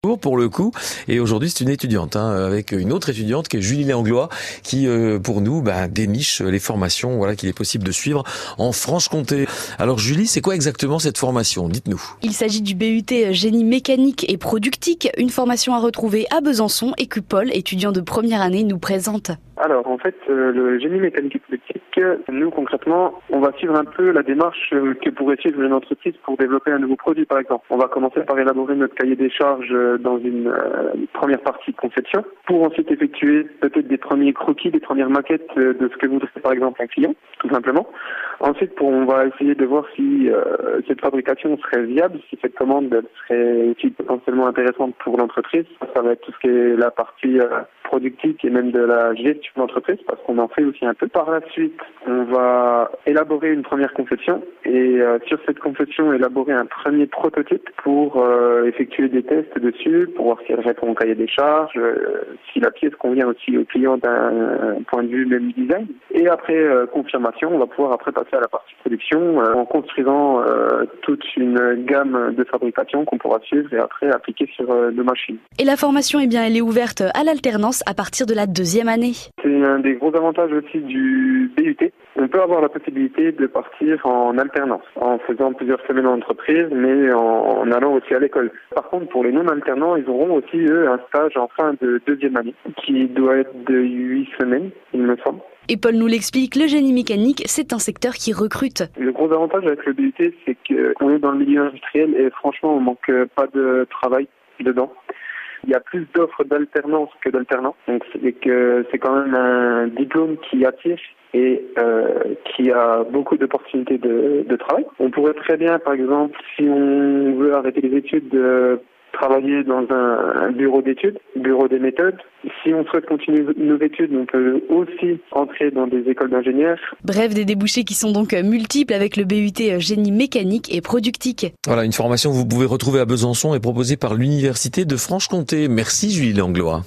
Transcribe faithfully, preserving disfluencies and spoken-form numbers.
Pour le coup, et aujourd'hui c'est une étudiante, hein, avec une autre étudiante qui est Julie Langlois, qui euh, pour nous bah, déniche les formations voilà, qu'il est possible de suivre en Franche-Comté. Alors Julie, c'est quoi exactement cette formation? Dites-nous. Il s'agit du B U T Génie mécanique et productique, une formation à retrouver à Besançon et que Paul, étudiant de première année, nous présente. Alors en fait, euh, le génie mécanique et productique, nous concrètement, on va suivre un peu la démarche euh, que pourrait suivre une entreprise pour développer un nouveau produit par exemple. On va commencer par élaborer notre cahier des charges euh, dans une euh, première partie de conception, pour ensuite effectuer peut-être des premiers croquis, des premières maquettes euh, de ce que voudrait par exemple un client, tout simplement. Ensuite, pour, on va essayer de voir si euh, cette fabrication serait viable, si cette commande serait aussi potentiellement intéressante pour l'entreprise. Ça va être tout ce qui est la partie euh, productive et même de la gestion de l'entreprise, parce qu'on en fait aussi un peu. Par la suite, on va élaborer une première conception et euh, sur cette conception, élaborer un premier prototype pour euh, effectuer des tests dessus, pour voir si elle répond au cahier des charges, euh, si la pièce convient aussi au client d'un point de vue même design. Et après euh, confirmation, on va pouvoir après passer à la partie production euh, en construisant euh, toute une gamme de fabrication qu'on pourra suivre et après appliquer sur euh, nos machines. Et la formation, eh bien, elle est ouverte à l'alternance à partir de la deuxième année. C'est un des gros avantages aussi du B U T. On peut avoir la possibilité de partir en alternance, en faisant plusieurs semaines en entreprise, mais en, en allant aussi à l'école. Par contre, pour les non-alternants, ils auront aussi, eux, un stage en fin de deuxième année, qui doit être de huit semaines, il me semble. Et Paul nous l'explique, le génie mécanique, c'est un secteur qui recrute. Le gros avantage avec le B U T, c'est qu'on est dans le milieu industriel et franchement, on manque pas de travail dedans. Il y a plus d'offres d'alternance que d'alternants, donc c'est que c'est quand même un diplôme qui attire et euh, qui a beaucoup d'opportunités de, de travail. On pourrait très bien, par exemple, si on veut arrêter les études, de travailler dans un, un bureau d'études, bureau des méthodes. Si on souhaite continuer nos études, on peut aussi entrer dans des écoles d'ingénieurs. Bref, des débouchés qui sont donc multiples avec le B U T Génie mécanique et productique. Voilà, une formation que vous pouvez retrouver à Besançon et proposée par l'Université de Franche-Comté. Merci Julie Langlois.